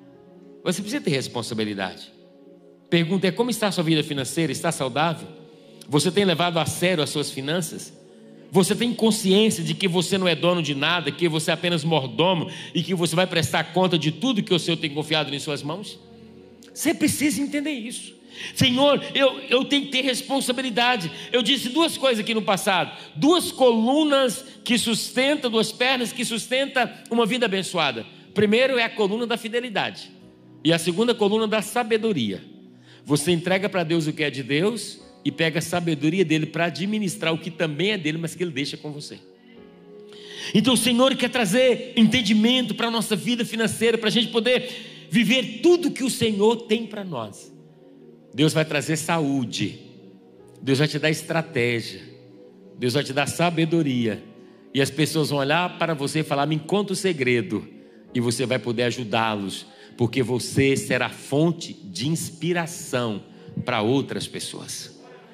Você precisa ter responsabilidade. Pergunta é: como está a sua vida financeira? Está saudável? Você tem levado a sério as suas finanças? Você tem consciência de que você não é dono de nada, que você é apenas mordomo e que você vai prestar conta de tudo que o Senhor tem confiado em suas mãos? Você precisa entender isso. Senhor, eu, eu tenho que ter responsabilidade. Eu disse duas coisas aqui no passado: duas colunas que sustentam, duas pernas que sustentam uma vida abençoada. Primeiro é a coluna da fidelidade e a segunda coluna da sabedoria. Você entrega para Deus o que é de Deus e pega a sabedoria dele para administrar o que também é dele, mas que ele deixa com você. Então o Senhor quer trazer entendimento para a nossa vida financeira, para a gente poder viver tudo que o Senhor tem para nós. Deus vai trazer saúde, Deus vai te dar estratégia, Deus vai te dar sabedoria, e as pessoas vão olhar para você e falar: me conta o segredo, e você vai poder ajudá-los, porque você será fonte de inspiração para outras pessoas.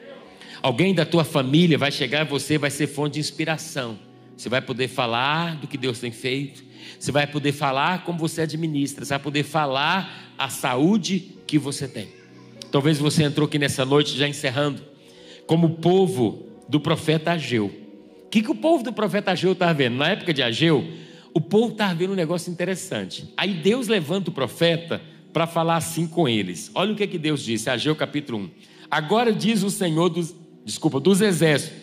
Alguém da tua família vai chegar e você vai ser fonte de inspiração. Você vai poder falar do que Deus tem feito. Você vai poder falar como você administra. Você vai poder falar a saúde que você tem. Talvez você entrou aqui nessa noite, já encerrando, como o povo do profeta Ageu. O que, que o povo do profeta Ageu estava vendo? Na época de Ageu, o povo estava vendo um negócio interessante. Aí Deus levanta o profeta para falar assim com eles. Olha o que, que Deus disse, Ageu capítulo um. Agora diz o Senhor dos... Desculpa, dos exércitos: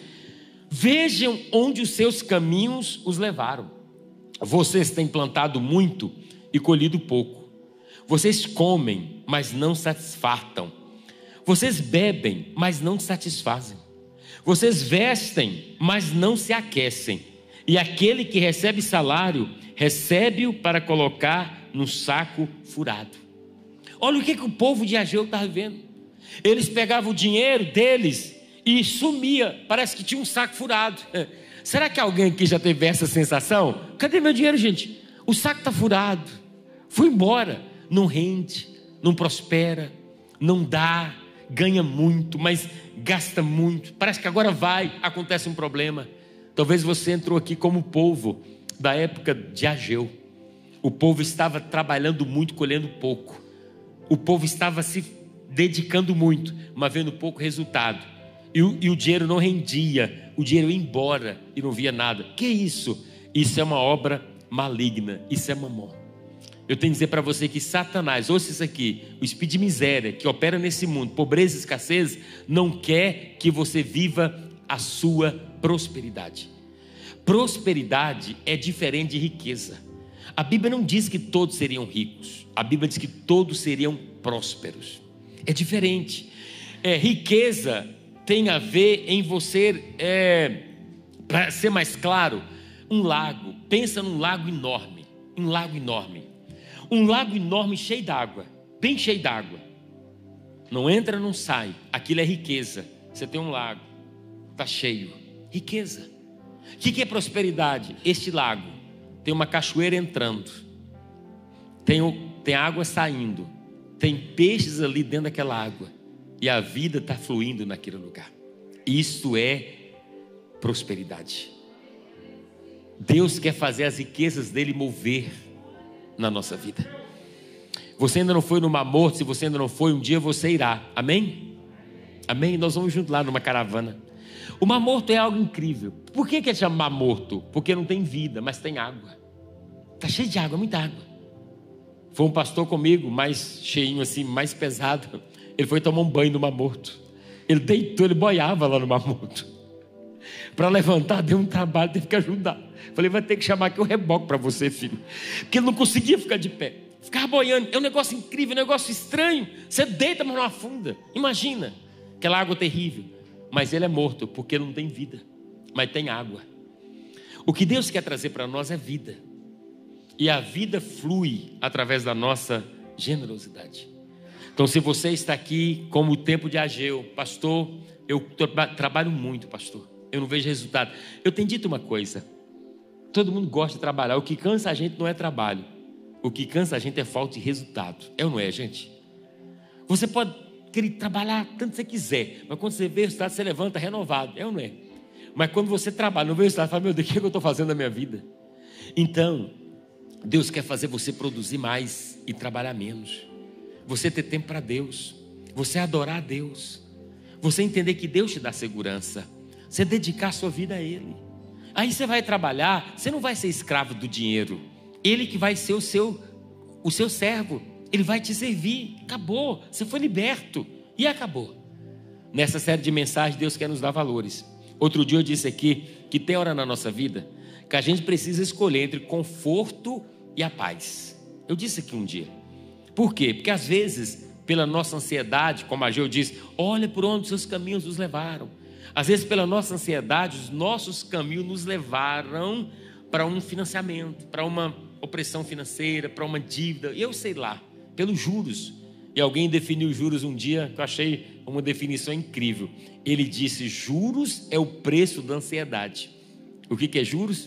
vejam onde os seus caminhos os levaram. Vocês têm plantado muito e colhido pouco. Vocês comem, mas não satisfartam. Vocês bebem, mas não satisfazem. Vocês vestem, mas não se aquecem. E aquele que recebe salário, recebe-o para colocar no saco furado. Olha o que, que o povo de Ageu estava vendo. Eles pegavam o dinheiro deles e sumia, parece que tinha um saco furado. Será que alguém aqui já teve essa sensação? Cadê meu dinheiro, gente? O saco está furado, foi embora. Não rende, não prospera, não dá, ganha muito, mas gasta muito. Parece que agora vai, acontece um problema. Talvez você entrou aqui como o povo da época de Ageu. O povo estava trabalhando muito, colhendo pouco. O povo estava se dedicando muito, mas vendo pouco resultado. E o, e o dinheiro não rendia, o dinheiro ia embora e não via nada. Que isso? Isso é uma obra maligna, isso é mamon. Eu tenho que dizer para você que Satanás, ouça isso aqui, o espírito de miséria que opera nesse mundo, pobreza e escassez, não quer que você viva a sua prosperidade. Prosperidade é diferente de riqueza. A Bíblia não diz que todos seriam ricos, a Bíblia diz que todos seriam prósperos. É diferente. É, riqueza tem a ver em você, é, para ser mais claro, um lago. Pensa num lago enorme, um lago enorme, um lago enorme cheio d'água, bem cheio d'água. Não entra, não sai. Aquilo é riqueza. Você tem um lago, está cheio, riqueza. O que, que é prosperidade? Este lago tem uma cachoeira entrando, tem, o, tem água saindo, tem peixes ali dentro daquela água, e a vida está fluindo naquele lugar. Isso é prosperidade. Deus quer fazer as riquezas dele mover na nossa vida. Você ainda não foi no Mar Morto, se você ainda não foi, um dia você irá, amém? Amém? Nós vamos juntos lá numa caravana. O Mar Morto é algo incrível. Por que que é chamado Mar Morto? Porque não tem vida, mas tem água. Está cheio de água, muita água. Foi um pastor comigo, mais cheinho assim, mais pesado. Ele foi tomar um banho no Mar Morto. Ele deitou, ele boiava lá no Mar Morto. Para levantar, deu um trabalho, teve que ajudar. Falei, vai ter que chamar aqui o reboque para você, filho. Porque ele não conseguia ficar de pé. Ficava boiando. É um negócio incrível, um negócio estranho. Você deita, mas não afunda. Imagina, aquela água terrível. Mas ele é morto, porque não tem vida. Mas tem água. O que Deus quer trazer para nós é vida. E a vida flui através da nossa generosidade. Então, se você está aqui como o tempo de Ageu, pastor, eu tra- trabalho muito, pastor, eu não vejo resultado. Eu tenho dito uma coisa, todo mundo gosta de trabalhar, o que cansa a gente não é trabalho, o que cansa a gente é falta de resultado. É ou não é, gente? Você pode querer trabalhar tanto você quiser, mas quando você vê o resultado, você levanta renovado, é ou não é? Mas quando você trabalha, não vê o resultado, você fala, meu Deus, o que eu estou fazendo na minha vida? Então, Deus quer fazer você produzir mais e trabalhar menos. Você ter tempo para Deus, você adorar a Deus, você entender que Deus te dá segurança, você dedicar a sua vida a Ele. Aí você vai trabalhar, você não vai ser escravo do dinheiro, Ele que vai ser o seu, o seu servo, Ele vai te servir, acabou, você foi liberto e acabou. Nessa série de mensagens, Deus quer nos dar valores. Outro dia eu disse aqui que tem hora na nossa vida que a gente precisa escolher entre conforto e a paz. Eu disse aqui um dia. Por quê? Porque às vezes, pela nossa ansiedade, como a Ageu diz, olha por onde os seus caminhos nos levaram. Às vezes, pela nossa ansiedade, os nossos caminhos nos levaram para um financiamento, para uma opressão financeira, para uma dívida, eu sei lá, pelos juros. E alguém definiu juros um dia, que eu achei uma definição incrível. Ele disse, juros é o preço da ansiedade. O que que é juros?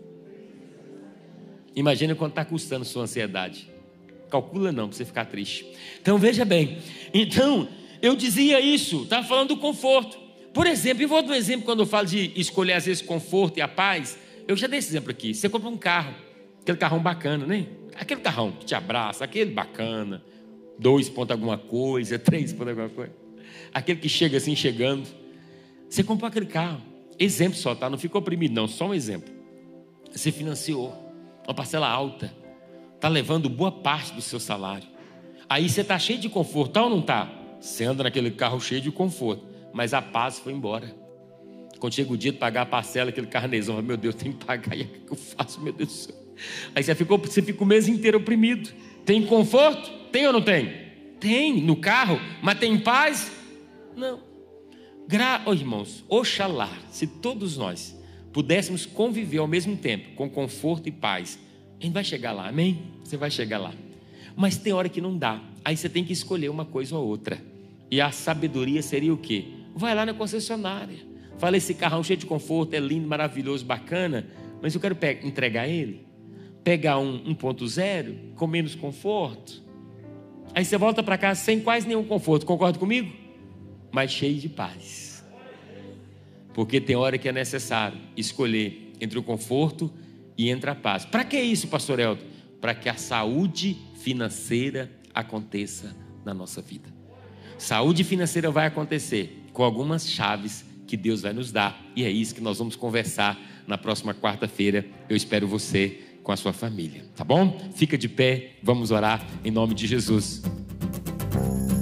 Imagina quanto está custando sua ansiedade. Calcula não, para você ficar triste. Então veja bem, então eu dizia isso, estava falando do conforto. Por exemplo, eu vou dar um exemplo quando eu falo de escolher às vezes conforto e a paz. Eu já dei esse exemplo aqui, você compra um carro, aquele carrão bacana, né? Aquele carrão que te abraça, aquele bacana, dois pontos alguma coisa, três pontos alguma coisa, aquele que chega assim chegando. Você comprou aquele carro, exemplo só, tá? Não ficou oprimido não, só um exemplo. Você financiou uma parcela alta, está levando boa parte do seu salário. Aí você está cheio de conforto, tá ou não está? Você anda naquele carro cheio de conforto, mas a paz foi embora. Quando chega o dia de pagar a parcela, aquele carnezão, meu Deus, tem que pagar, e o que eu faço, meu Deus do céu? Aí você, ficou, você fica o mês inteiro oprimido. Tem conforto? Tem ou não tem? Tem, no carro, mas tem paz? Não. Gra... Oh, irmãos, oxalá, se todos nós pudéssemos conviver ao mesmo tempo com conforto e paz, a gente vai chegar lá, amém? Você vai chegar lá. Mas tem hora que não dá. Aí você tem que escolher uma coisa ou outra. E a sabedoria seria o quê? Vai lá na concessionária. Fala, esse carrão cheio de conforto, é lindo, maravilhoso, bacana, mas eu quero pegar, entregar ele. Pegar um um ponto zero, com menos conforto. Aí você volta para casa sem quase nenhum conforto. Concorda comigo? Mas cheio de paz. Porque tem hora que é necessário escolher entre o conforto e entre a paz. Para que isso, pastor Elton? Para que a saúde financeira aconteça na nossa vida. Saúde financeira vai acontecer com algumas chaves que Deus vai nos dar. E é isso que nós vamos conversar na próxima quarta-feira. Eu espero você. com a sua família, tá bom? Fica de pé, vamos orar em nome de Jesus.